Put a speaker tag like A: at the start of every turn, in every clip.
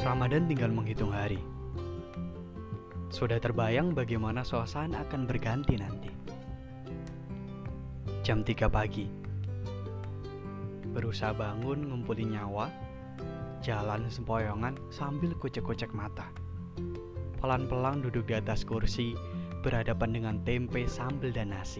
A: Ramadan tinggal menghitung hari. Sudah terbayang bagaimana suasana akan berganti nanti. Jam 3 pagi. Berusaha bangun ngumpulin nyawa, jalan sempoyongan sambil kocek-kocek mata. Pelan-pelan duduk di atas kursi, berhadapan dengan tempe, sambal, dan nasi.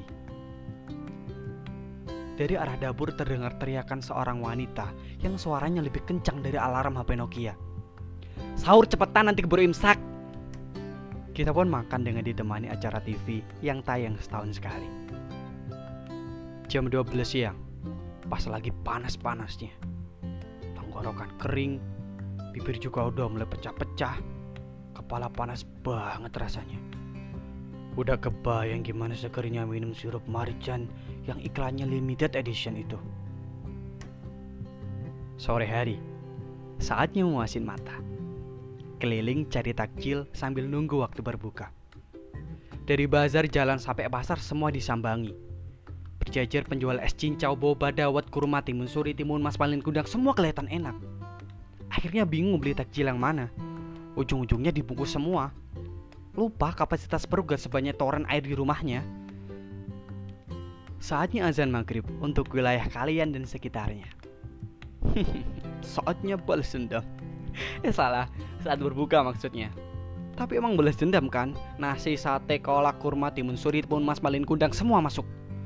A: Dari arah dapur terdengar teriakan seorang wanita yang suaranya lebih kencang dari alarm HP Nokia. "Sahur cepetan, nanti keburu imsak." Kita pun makan dengan ditemani acara TV yang tayang setahun sekali. Jam 12 siang, pas lagi panas-panasnya. Tenggorokan kering, bibir juga udah mulai pecah-pecah, kepala panas banget rasanya. Udah kebayang gimana segernya minum sirup Marjan yang iklannya limited edition itu. Sore hari, saatnya memuasin mata. Keliling cari takjil sambil nunggu waktu berbuka. Dari bazar jalan sampai pasar semua disambangi. Berjajar penjual es cincau, boba, dawet, kurma, timun suri, timun mas, malin kundang, semua kelihatan enak. Akhirnya bingung beli takjil yang mana. Ujung-ujungnya dibungkus semua. Lupa kapasitas perut gak sebanyak toren air di rumahnya. Saatnya azan maghrib untuk wilayah kalian dan sekitarnya. Saatnya balas dendam. Salah, saat berbuka maksudnya. Tapi emang balas dendam kan? Nasi, sate, kolak, kurma, timun suri, timun mas, malin kundang, semua masuk.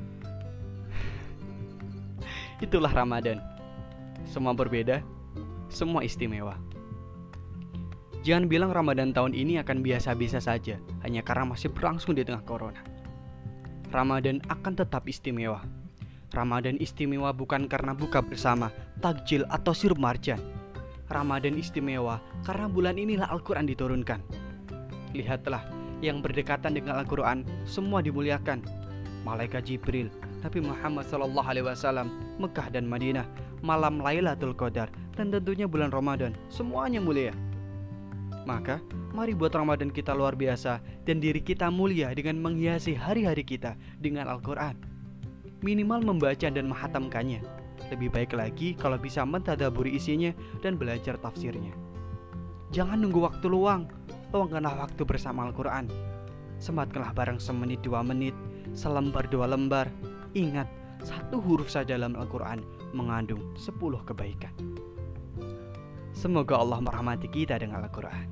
A: Itulah Ramadan. Semua berbeda, semua istimewa. Jangan bilang Ramadan tahun ini akan biasa-biasa saja hanya karena masih berlangsung di tengah corona. Ramadan akan tetap istimewa. Ramadan istimewa bukan karena buka bersama, takjil, atau sirup marjan. Ramadan istimewa karena bulan inilah Al-Quran diturunkan. Lihatlah, yang berdekatan dengan Al-Quran semua dimuliakan. Malaikat Jibril, Nabi Muhammad SAW, Mekah dan Madinah, malam Lailatul Qadar, dan tentunya bulan Ramadan, semuanya mulia. Maka, mari buat Ramadan kita luar biasa dan diri kita mulia dengan menghiasi hari-hari kita dengan Al-Quran. Minimal membaca dan menghatamkannya. Lebih baik lagi kalau bisa mentadaburi isinya dan belajar tafsirnya. Jangan nunggu waktu luang, luangkanlah waktu bersama Al-Quran. Sematkanlah bareng semenit 2 menit, selembar 2 lembar. Ingat, satu huruf saja dalam Al-Quran mengandung 10 kebaikan. Semoga Allah merahmati kita dengan Al-Quran.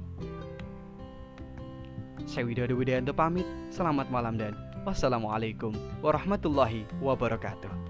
A: Saya Widodo Widayanto pamit. Selamat malam dan wassalamualaikum warahmatullahi wabarakatuh.